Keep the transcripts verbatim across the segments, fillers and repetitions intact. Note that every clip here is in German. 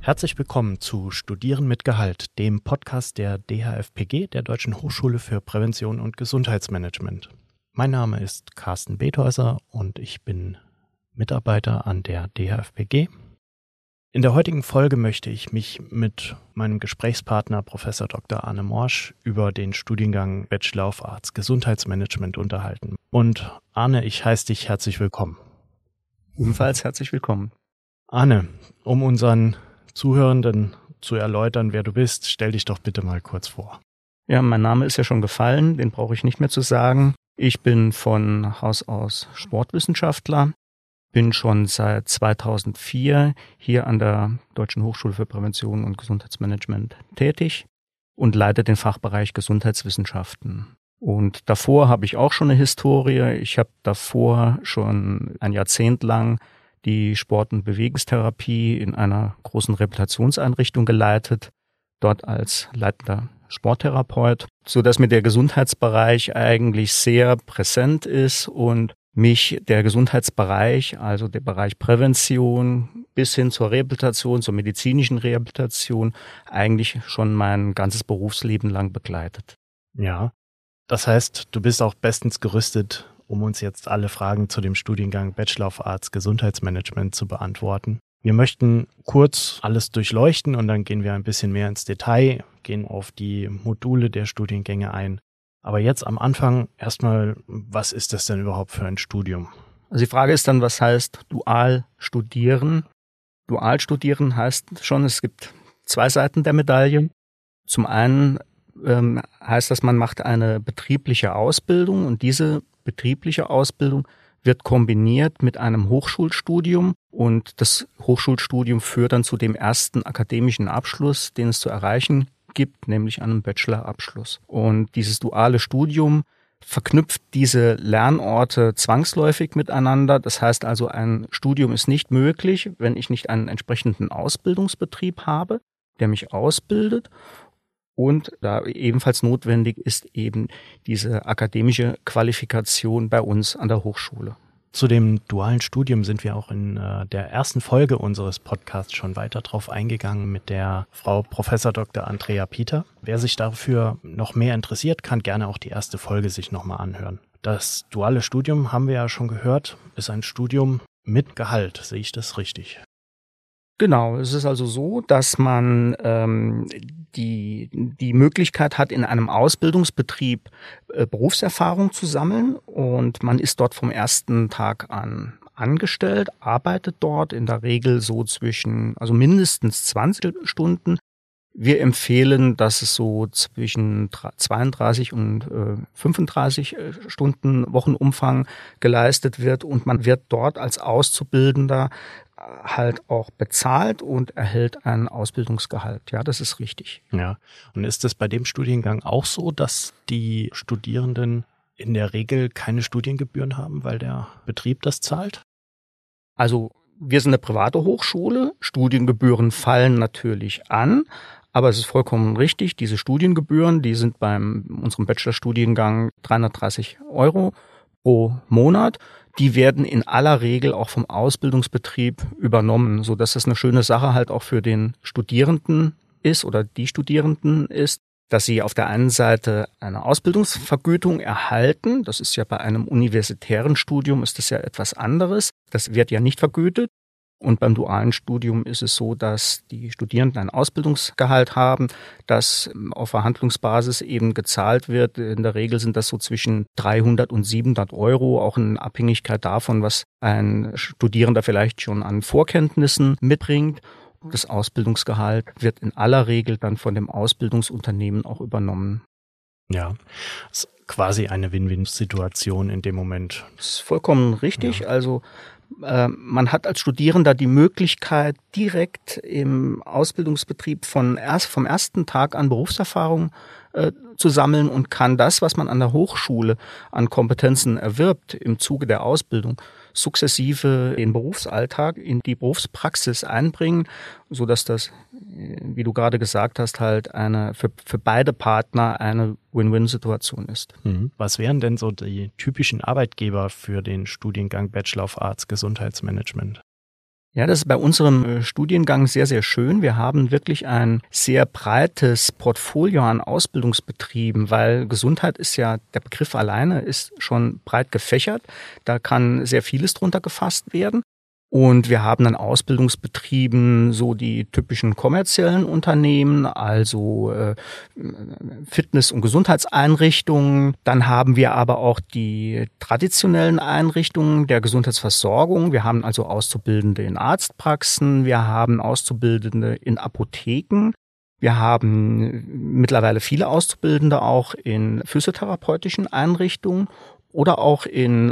Herzlich willkommen zu Studieren mit Gehalt, dem Podcast der D H F P G, der Deutschen Hochschule für Prävention und Gesundheitsmanagement. Mein Name ist Carsten Bethäuser und ich bin Mitarbeiter an der D H F P G. In der heutigen Folge möchte ich mich mit meinem Gesprächspartner Professor Doktor Arne Morsch über den Studiengang Bachelor of Arts Gesundheitsmanagement unterhalten. Und Arne, ich heiße dich herzlich willkommen. Ebenfalls herzlich willkommen. Arne, um unseren Zuhörenden zu erläutern, wer du bist, stell dich doch bitte mal kurz vor. Ja, mein Name ist ja schon gefallen, den brauche ich nicht mehr zu sagen. Ich bin von Haus aus Sportwissenschaftler, bin schon seit zweitausendvier hier an der Deutschen Hochschule für Prävention und Gesundheitsmanagement tätig und leite den Fachbereich Gesundheitswissenschaften. Und davor habe ich auch schon eine Historie. Ich habe davor schon ein Jahrzehnt lang die Sport- und Bewegungstherapie in einer großen Rehabilitationseinrichtung geleitet, dort als leitender Sporttherapeut, so dass mir der Gesundheitsbereich eigentlich sehr präsent ist und mich der Gesundheitsbereich, also der Bereich Prävention bis hin zur Rehabilitation, zur medizinischen Rehabilitation, eigentlich schon mein ganzes Berufsleben lang begleitet. Ja, das heißt, du bist auch bestens gerüstet, um uns jetzt alle Fragen zu dem Studiengang Bachelor of Arts Gesundheitsmanagement zu beantworten. Wir möchten kurz alles durchleuchten und dann gehen wir ein bisschen mehr ins Detail, gehen auf die Module der Studiengänge ein. Aber jetzt am Anfang erstmal, was ist das denn überhaupt für ein Studium? Also die Frage ist dann, was heißt dual studieren? Dual studieren heißt schon, es gibt zwei Seiten der Medaille. Zum einen ähm, heißt das, man macht eine betriebliche Ausbildung und diese betriebliche Ausbildung wird kombiniert mit einem Hochschulstudium und das Hochschulstudium führt dann zu dem ersten akademischen Abschluss, den es zu erreichen gibt, nämlich einem Bachelorabschluss. Und dieses duale Studium verknüpft diese Lernorte zwangsläufig miteinander. Das heißt also, ein Studium ist nicht möglich, wenn ich nicht einen entsprechenden Ausbildungsbetrieb habe, der mich ausbildet. Und da ebenfalls notwendig ist eben diese akademische Qualifikation bei uns an der Hochschule. Zu dem dualen Studium sind wir auch in äh, der ersten Folge unseres Podcasts schon weiter drauf eingegangen mit der Frau Professor Doktor Andrea Pieter. Wer sich dafür noch mehr interessiert, kann gerne auch die erste Folge sich nochmal anhören. Das duale Studium, haben wir ja schon gehört, ist ein Studium mit Gehalt. Sehe ich das richtig? Genau, es ist also so, dass man ähm, die die Möglichkeit hat, in einem Ausbildungsbetrieb äh, Berufserfahrung zu sammeln und man ist dort vom ersten Tag an angestellt, arbeitet dort in der Regel so zwischen, also mindestens zwanzig Stunden. Wir empfehlen, dass es so zwischen zweiunddreißig und äh, fünfunddreißig Stunden Wochenumfang geleistet wird und man wird dort als Auszubildender halt auch bezahlt und erhält ein Ausbildungsgehalt. Ja, das ist richtig. Ja, und ist es bei dem Studiengang auch so, dass die Studierenden in der Regel keine Studiengebühren haben, weil der Betrieb das zahlt? Also wir sind eine private Hochschule, Studiengebühren fallen natürlich an, aber es ist vollkommen richtig, diese Studiengebühren, die sind beim unserem Bachelorstudiengang dreihundertdreißig Euro pro Monat. Die werden in aller Regel auch vom Ausbildungsbetrieb übernommen, so dass es eine schöne Sache halt auch für den Studierenden ist oder die Studierenden ist, dass sie auf der einen Seite eine Ausbildungsvergütung erhalten. Das ist ja bei einem universitären Studium ist das ja etwas anderes. Das wird ja nicht vergütet. Und beim dualen Studium ist es so, dass die Studierenden ein Ausbildungsgehalt haben, das auf Verhandlungsbasis eben gezahlt wird. In der Regel sind das so zwischen dreihundert und siebenhundert Euro, auch in Abhängigkeit davon, was ein Studierender vielleicht schon an Vorkenntnissen mitbringt. Das Ausbildungsgehalt wird in aller Regel dann von dem Ausbildungsunternehmen auch übernommen. Ja, das ist quasi eine Win-Win-Situation in dem Moment. Das ist vollkommen richtig. Ja. Also man hat als Studierender die Möglichkeit, direkt im Ausbildungsbetrieb von erst, vom ersten Tag an Berufserfahrung äh, zu sammeln und kann das, was man an der Hochschule an Kompetenzen erwirbt, im Zuge der Ausbildung sukzessive in den Berufsalltag, in die Berufspraxis einbringen, so dass das, wie du gerade gesagt hast, halt eine für, für beide Partner eine Win-Win-Situation ist. Mhm. Was wären denn so die typischen Arbeitgeber für den Studiengang Bachelor of Arts Gesundheitsmanagement? Ja, das ist bei unserem Studiengang sehr, sehr schön. Wir haben wirklich ein sehr breites Portfolio an Ausbildungsbetrieben, weil Gesundheit ist ja, der Begriff alleine ist schon breit gefächert. Da kann sehr vieles drunter gefasst werden. Und wir haben dann Ausbildungsbetrieben, so die typischen kommerziellen Unternehmen, also äh, Fitness- und Gesundheitseinrichtungen. Dann haben wir aber auch die traditionellen Einrichtungen der Gesundheitsversorgung. Wir haben also Auszubildende in Arztpraxen, wir haben Auszubildende in Apotheken. Wir haben mittlerweile viele Auszubildende auch in physiotherapeutischen Einrichtungen oder auch in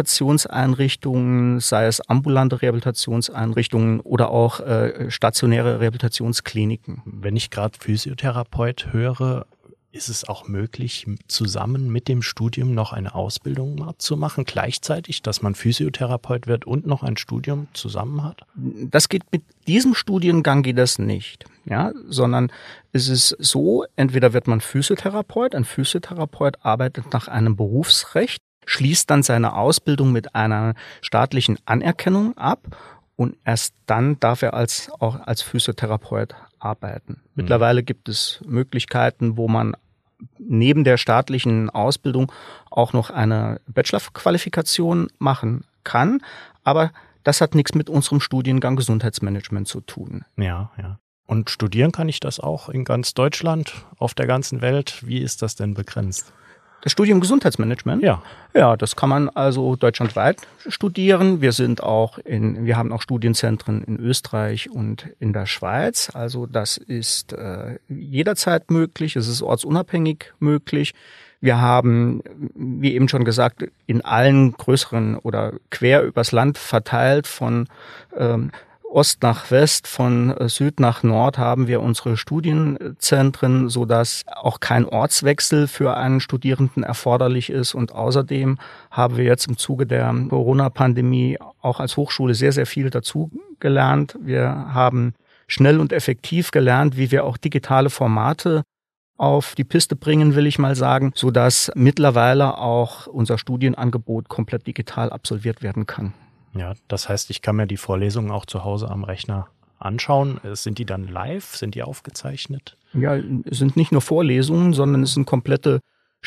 Rehabilitationseinrichtungen, sei es ambulante Rehabilitationseinrichtungen oder auch äh, stationäre Rehabilitationskliniken. Wenn ich gerade Physiotherapeut höre, ist es auch möglich, zusammen mit dem Studium noch eine Ausbildung zu machen, gleichzeitig, dass man Physiotherapeut wird und noch ein Studium zusammen hat? Das geht mit diesem Studiengang geht das nicht, ja, sondern es ist so, entweder wird man Physiotherapeut, ein Physiotherapeut arbeitet nach einem Berufsrecht, schließt dann seine Ausbildung mit einer staatlichen Anerkennung ab und erst dann darf er als, auch als Physiotherapeut arbeiten. Mhm. Mittlerweile gibt es Möglichkeiten, wo man neben der staatlichen Ausbildung auch noch eine Bachelor-Qualifikation machen kann, aber das hat nichts mit unserem Studiengang Gesundheitsmanagement zu tun. Ja, ja. Und studieren kann ich das auch in ganz Deutschland, auf der ganzen Welt. Wie ist das denn begrenzt? Das Studium Gesundheitsmanagement? Ja. Ja, das kann man also deutschlandweit studieren. Wir sind auch in, wir haben auch Studienzentren in Österreich und in der Schweiz. Also das ist äh, jederzeit möglich. Es ist ortsunabhängig möglich. Wir haben, wie eben schon gesagt, in allen größeren oder quer übers Land verteilt von ähm, Ost nach West, von Süd nach Nord haben wir unsere Studienzentren, sodass auch kein Ortswechsel für einen Studierenden erforderlich ist. Und außerdem haben wir jetzt im Zuge der Corona-Pandemie auch als Hochschule sehr, sehr viel dazu gelernt. Wir haben schnell und effektiv gelernt, wie wir auch digitale Formate auf die Piste bringen, will ich mal sagen, sodass mittlerweile auch unser Studienangebot komplett digital absolviert werden kann. Ja, das heißt, ich kann mir die Vorlesungen auch zu Hause am Rechner anschauen. Sind die dann live? Sind die aufgezeichnet? Ja, es sind nicht nur Vorlesungen, sondern es sind komplette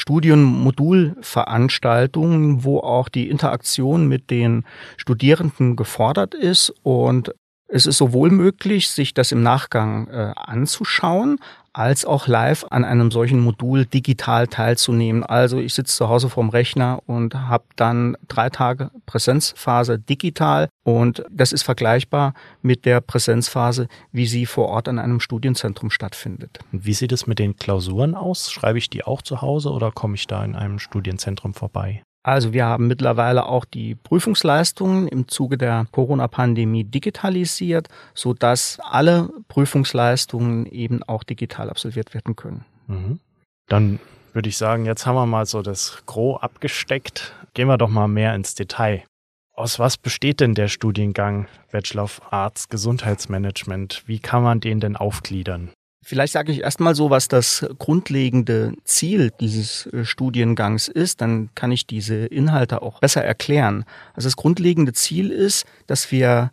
Studienmodulveranstaltungen, wo auch die Interaktion mit den Studierenden gefordert ist. Und es ist sowohl möglich, sich das im Nachgang äh, anzuschauen, als auch live an einem solchen Modul digital teilzunehmen. Also ich sitze zu Hause vorm Rechner und habe dann drei Tage Präsenzphase digital und das ist vergleichbar mit der Präsenzphase, wie sie vor Ort an einem Studienzentrum stattfindet. Wie sieht es mit den Klausuren aus? Schreibe ich die auch zu Hause oder komme ich da in einem Studienzentrum vorbei? Also wir haben mittlerweile auch die Prüfungsleistungen im Zuge der Corona-Pandemie digitalisiert, sodass alle Prüfungsleistungen eben auch digital absolviert werden können. Mhm. Dann würde ich sagen, jetzt haben wir mal so das Gros abgesteckt. Gehen wir doch mal mehr ins Detail. Aus was besteht denn der Studiengang Bachelor of Arts Gesundheitsmanagement? Wie kann man den denn aufgliedern? Vielleicht sage ich erstmal so, was das grundlegende Ziel dieses Studiengangs ist, dann kann ich diese Inhalte auch besser erklären. Also das grundlegende Ziel ist, dass wir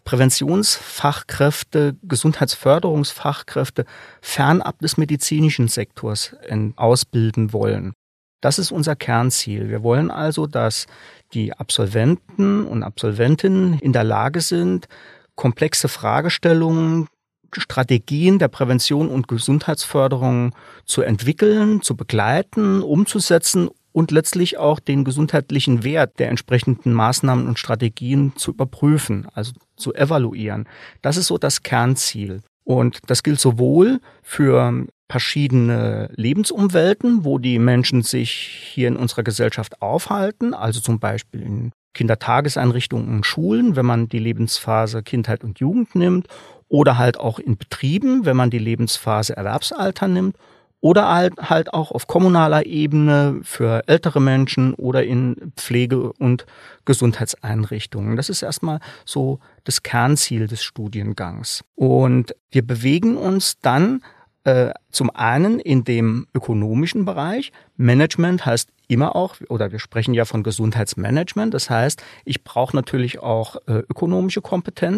Präventionsfachkräfte, Gesundheitsförderungsfachkräfte fernab des medizinischen Sektors ausbilden wollen. Das ist unser Kernziel. Wir wollen also, dass die Absolventen und Absolventinnen in der Lage sind, komplexe Fragestellungen, Strategien der Prävention und Gesundheitsförderung zu entwickeln, zu begleiten, umzusetzen und letztlich auch den gesundheitlichen Wert der entsprechenden Maßnahmen und Strategien zu überprüfen, also zu evaluieren. Das ist so das Kernziel. Und das gilt sowohl für verschiedene Lebensumwelten, wo die Menschen sich hier in unserer Gesellschaft aufhalten, also zum Beispiel in Kindertageseinrichtungen und Schulen, wenn man die Lebensphase Kindheit und Jugend nimmt, oder halt auch in Betrieben, wenn man die Lebensphase Erwerbsalter nimmt, oder halt, halt auch auf kommunaler Ebene für ältere Menschen oder in Pflege- und Gesundheitseinrichtungen. Das ist erstmal so das Kernziel des Studiengangs. Und wir bewegen uns dann äh, zum einen in dem ökonomischen Bereich. Management heißt immer auch, oder wir sprechen ja von Gesundheitsmanagement, das heißt, ich brauche natürlich auch äh, ökonomische Kompetenzen.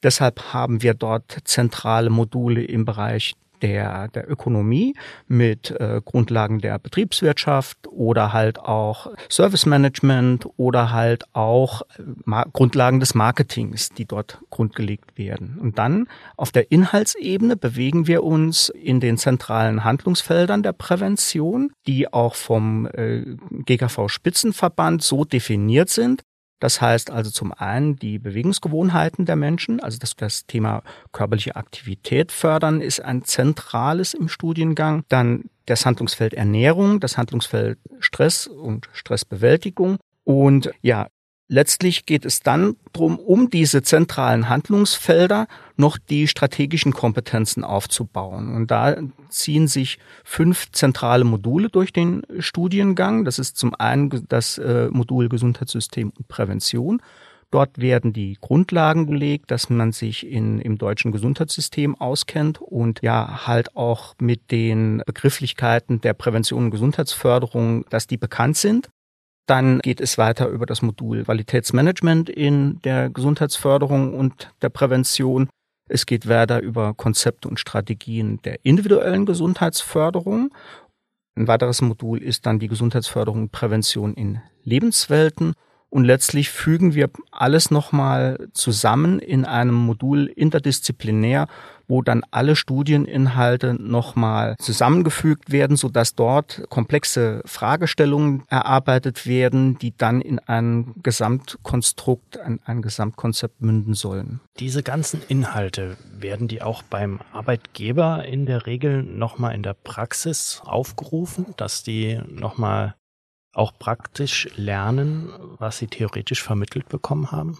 Deshalb haben wir dort zentrale Module im Bereich der, der Ökonomie mit äh, Grundlagen der Betriebswirtschaft oder halt auch Service Management oder halt auch Ma- Grundlagen des Marketings, die dort grundgelegt werden. Und dann auf der Inhaltsebene bewegen wir uns in den zentralen Handlungsfeldern der Prävention, die auch vom äh, G K V-Spitzenverband so definiert sind. Das heißt also zum einen die Bewegungsgewohnheiten der Menschen, also das, das Thema körperliche Aktivität fördern ist ein zentrales im Studiengang. Dann das Handlungsfeld Ernährung, das Handlungsfeld Stress und Stressbewältigung. Und ja, letztlich geht es dann darum, um diese zentralen Handlungsfelder noch die strategischen Kompetenzen aufzubauen. Und da ziehen sich fünf zentrale Module durch den Studiengang. Das ist zum einen das äh, Modul Gesundheitssystem und Prävention. Dort werden die Grundlagen gelegt, dass man sich in, im deutschen Gesundheitssystem auskennt und ja halt auch mit den Begrifflichkeiten der Prävention und Gesundheitsförderung, dass die bekannt sind. Dann geht es weiter über das Modul Qualitätsmanagement in der Gesundheitsförderung und der Prävention. Es geht weiter über Konzepte und Strategien der individuellen Gesundheitsförderung. Ein weiteres Modul ist dann die Gesundheitsförderung und Prävention in Lebenswelten. Und letztlich fügen wir alles nochmal zusammen in einem Modul interdisziplinär, wo dann alle Studieninhalte nochmal zusammengefügt werden, sodass dort komplexe Fragestellungen erarbeitet werden, die dann in ein Gesamtkonstrukt, ein, ein Gesamtkonzept münden sollen. Diese ganzen Inhalte, werden die auch beim Arbeitgeber in der Regel nochmal in der Praxis aufgerufen, dass die nochmal auch praktisch lernen, was sie theoretisch vermittelt bekommen haben?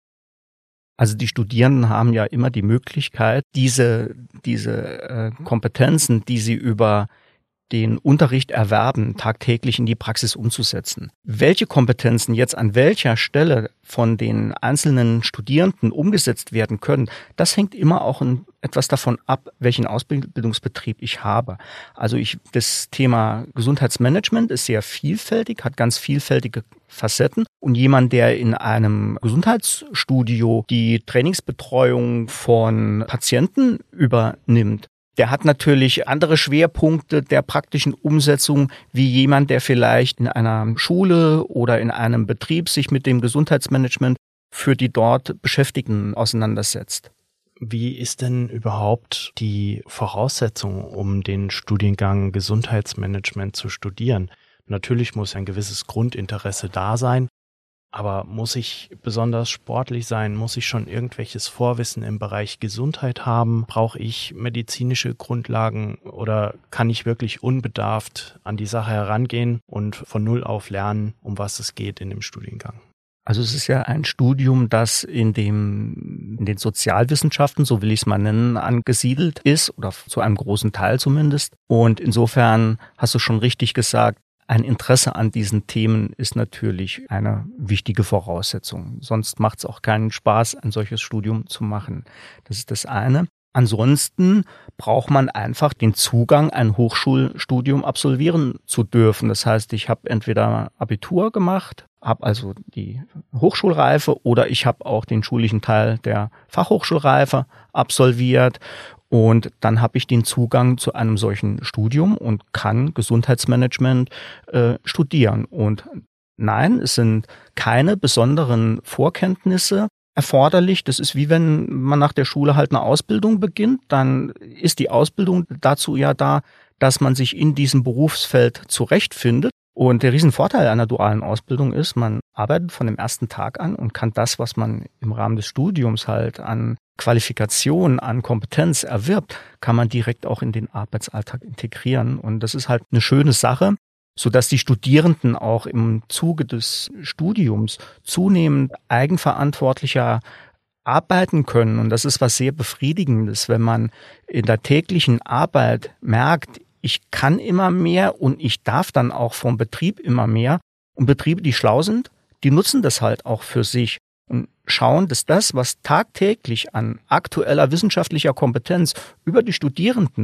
Also die Studierenden haben ja immer die Möglichkeit, diese, diese äh, Kompetenzen, die sie über den Unterricht erwerben, tagtäglich in die Praxis umzusetzen. Welche Kompetenzen jetzt an welcher Stelle von den einzelnen Studierenden umgesetzt werden können, das hängt immer auch in, etwas davon ab, welchen Ausbildungsbetrieb ich habe. Also ich, das Thema Gesundheitsmanagement ist sehr vielfältig, hat ganz vielfältige Facetten. Und jemand, der in einem Gesundheitsstudio die Trainingsbetreuung von Patienten übernimmt, der hat natürlich andere Schwerpunkte der praktischen Umsetzung wie jemand, der vielleicht in einer Schule oder in einem Betrieb sich mit dem Gesundheitsmanagement für die dort Beschäftigten auseinandersetzt. Wie ist denn überhaupt die Voraussetzung, um den Studiengang Gesundheitsmanagement zu studieren? Natürlich muss ein gewisses Grundinteresse da sein. Aber muss ich besonders sportlich sein? Muss ich schon irgendwelches Vorwissen im Bereich Gesundheit haben? Brauche ich medizinische Grundlagen oder kann ich wirklich unbedarft an die Sache herangehen und von Null auf lernen, um was es geht in dem Studiengang? Also es ist ja ein Studium, das in dem, in den Sozialwissenschaften, so will ich es mal nennen, angesiedelt ist oder zu einem großen Teil zumindest. Und insofern hast du schon richtig gesagt, ein Interesse an diesen Themen ist natürlich eine wichtige Voraussetzung. Sonst macht es auch keinen Spaß, ein solches Studium zu machen. Das ist das eine. Ansonsten braucht man einfach den Zugang, ein Hochschulstudium absolvieren zu dürfen. Das heißt, ich habe entweder Abitur gemacht, habe also die Hochschulreife oder ich habe auch den schulischen Teil der Fachhochschulreife absolviert. Und dann habe ich den Zugang zu einem solchen Studium und kann Gesundheitsmanagement äh, studieren. Und nein, es sind keine besonderen Vorkenntnisse erforderlich. Das ist wie wenn man nach der Schule halt eine Ausbildung beginnt. Dann ist die Ausbildung dazu ja da, dass man sich in diesem Berufsfeld zurechtfindet. Und der Riesenvorteil einer dualen Ausbildung ist, man arbeitet von dem ersten Tag an und kann das, was man im Rahmen des Studiums halt an Qualifikation, an Kompetenz erwirbt, kann man direkt auch in den Arbeitsalltag integrieren. Und das ist halt eine schöne Sache, sodass die Studierenden auch im Zuge des Studiums zunehmend eigenverantwortlicher arbeiten können. Und das ist was sehr Befriedigendes, wenn man in der täglichen Arbeit merkt, ich kann immer mehr und ich darf dann auch vom Betrieb immer mehr. Und Betriebe, die schlau sind, die nutzen das halt auch für sich und schauen, dass das, was tagtäglich an aktueller wissenschaftlicher Kompetenz über die Studierenden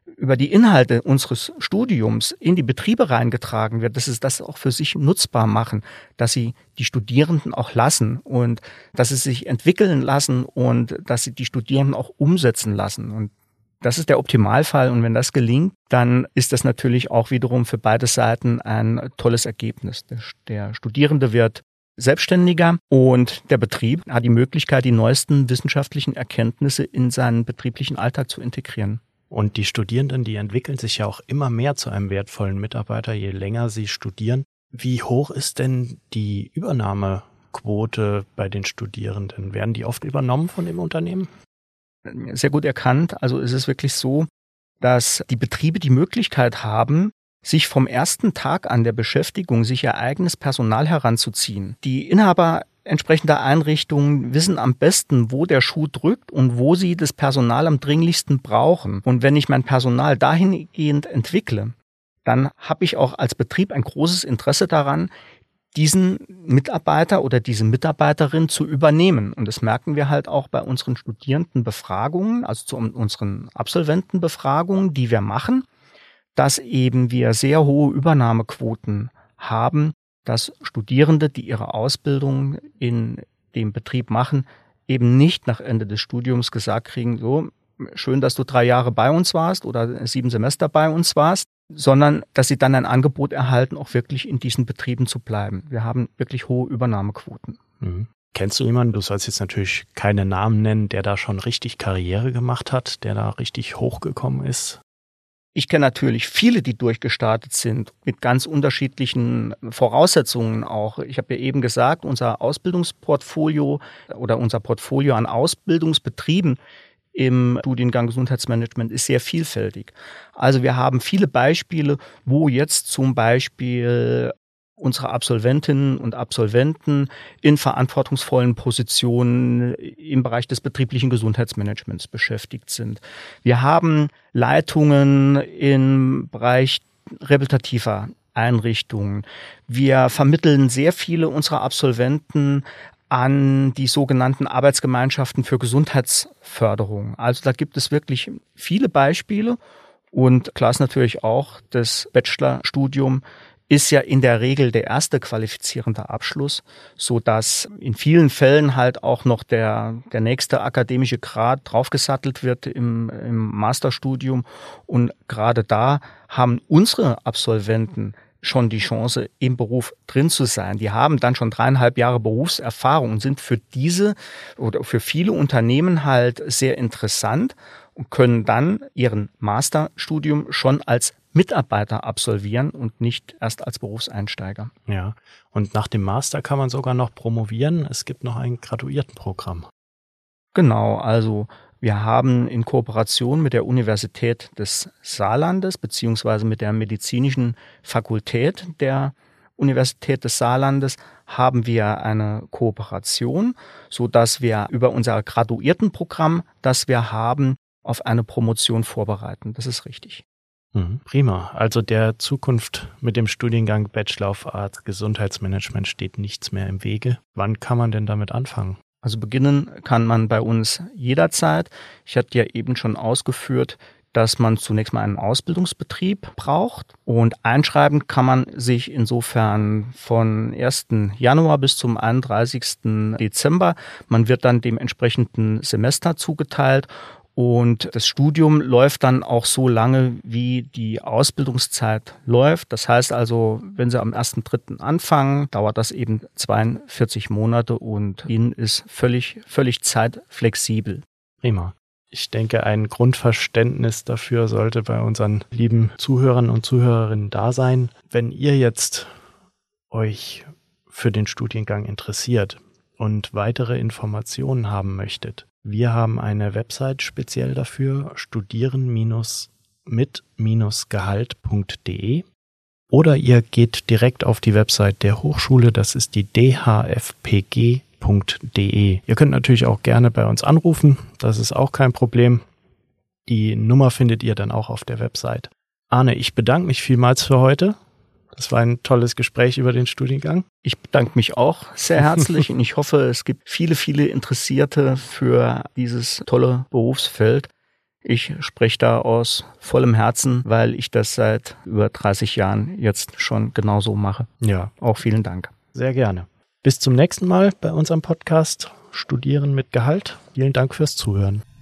über die Inhalte unseres Studiums in die Betriebe reingetragen wird, dass sie das auch für sich nutzbar machen, dass sie die Studierenden auch lassen und dass sie sich entwickeln lassen und dass sie die Studierenden auch umsetzen lassen. Und das ist der Optimalfall. Und wenn das gelingt, dann ist das natürlich auch wiederum für beide Seiten ein tolles Ergebnis. Der, der Studierende wird selbstständiger und der Betrieb hat die Möglichkeit, die neuesten wissenschaftlichen Erkenntnisse in seinen betrieblichen Alltag zu integrieren. Und die Studierenden, die entwickeln sich ja auch immer mehr zu einem wertvollen Mitarbeiter, je länger sie studieren. Wie hoch ist denn die Übernahmequote bei den Studierenden? Werden die oft übernommen von dem Unternehmen? Sehr gut erkannt. Also es ist wirklich so, dass die Betriebe die Möglichkeit haben, sich vom ersten Tag an der Beschäftigung sich ihr eigenes Personal heranzuziehen. Die Inhaber entsprechender Einrichtungen wissen am besten, wo der Schuh drückt und wo sie das Personal am dringlichsten brauchen. Und wenn ich mein Personal dahingehend entwickle, dann habe ich auch als Betrieb ein großes Interesse daran, diesen Mitarbeiter oder diese Mitarbeiterin zu übernehmen. Und das merken wir halt auch bei unseren Studierendenbefragungen, also zu unseren Absolventenbefragungen, die wir machen, dass eben wir sehr hohe Übernahmequoten haben, dass Studierende, die ihre Ausbildung in dem Betrieb machen, eben nicht nach Ende des Studiums gesagt kriegen, so schön, dass du drei Jahre bei uns warst oder sieben Semester bei uns warst, sondern dass sie dann ein Angebot erhalten, auch wirklich in diesen Betrieben zu bleiben. Wir haben wirklich hohe Übernahmequoten. Mhm. Kennst du jemanden, du sollst jetzt natürlich keine Namen nennen, der da schon richtig Karriere gemacht hat, der da richtig hochgekommen ist? Ich kenne natürlich viele, die durchgestartet sind, mit ganz unterschiedlichen Voraussetzungen auch. Ich habe ja eben gesagt, unser Ausbildungsportfolio oder unser Portfolio an Ausbildungsbetrieben im Studiengang Gesundheitsmanagement ist sehr vielfältig. Also wir haben viele Beispiele, wo jetzt zum Beispiel unsere Absolventinnen und Absolventen in verantwortungsvollen Positionen im Bereich des betrieblichen Gesundheitsmanagements beschäftigt sind. Wir haben Leitungen im Bereich rehabilitativer Einrichtungen. Wir vermitteln sehr viele unserer Absolventen an die sogenannten Arbeitsgemeinschaften für Gesundheitsförderung. Also da gibt es wirklich viele Beispiele und klar ist natürlich auch, das Bachelorstudium ist ja in der Regel der erste qualifizierende Abschluss, so dass in vielen Fällen halt auch noch der der nächste akademische Grad draufgesattelt wird im, im Masterstudium. Und gerade da haben unsere Absolventen schon die Chance, im Beruf drin zu sein. Die haben dann schon dreieinhalb Jahre Berufserfahrung und sind für diese oder für viele Unternehmen halt sehr interessant und können dann ihren Masterstudium schon als Mitarbeiter absolvieren und nicht erst als Berufseinsteiger. Ja, und nach dem Master kann man sogar noch promovieren. Es gibt noch ein Graduiertenprogramm. Genau, also wir haben in Kooperation mit der Universität des Saarlandes beziehungsweise mit der medizinischen Fakultät der Universität des Saarlandes haben wir eine Kooperation, so dass wir über unser Graduiertenprogramm, das wir haben, auf eine Promotion vorbereiten. Das ist richtig. Mhm, prima. Also der Zukunft mit dem Studiengang Bachelor of Arts Gesundheitsmanagement steht nichts mehr im Wege. Wann kann man denn damit anfangen? Also beginnen kann man bei uns jederzeit. Ich hatte ja eben schon ausgeführt, dass man zunächst mal einen Ausbildungsbetrieb braucht und einschreiben kann man sich insofern von ersten Januar bis zum einunddreißigsten Dezember. Man wird dann dem entsprechenden Semester zugeteilt. Und das Studium läuft dann auch so lange, wie die Ausbildungszeit läuft. Das heißt also, wenn Sie am ersten dritten anfangen, dauert das eben zweiundvierzig Monate und Ihnen ist völlig, völlig zeitflexibel. Prima. Ich denke, ein Grundverständnis dafür sollte bei unseren lieben Zuhörern und Zuhörerinnen da sein. Wenn ihr jetzt euch für den Studiengang interessiert und weitere Informationen haben möchtet, wir haben eine Website speziell dafür, studieren mit gehalt punkt de, oder ihr geht direkt auf die Website der Hochschule, das ist die d h f p g punkt de. Ihr könnt natürlich auch gerne bei uns anrufen, das ist auch kein Problem. Die Nummer findet ihr dann auch auf der Website. Arne, ich bedanke mich vielmals für heute. Das war ein tolles Gespräch über den Studiengang. Ich bedanke mich auch sehr herzlich und ich hoffe, es gibt viele, viele Interessierte für dieses tolle Berufsfeld. Ich spreche da aus vollem Herzen, weil ich das seit über dreißig Jahren jetzt schon genauso mache. Ja. Auch vielen Dank. Sehr gerne. Bis zum nächsten Mal bei unserem Podcast Studieren mit Gehalt. Vielen Dank fürs Zuhören.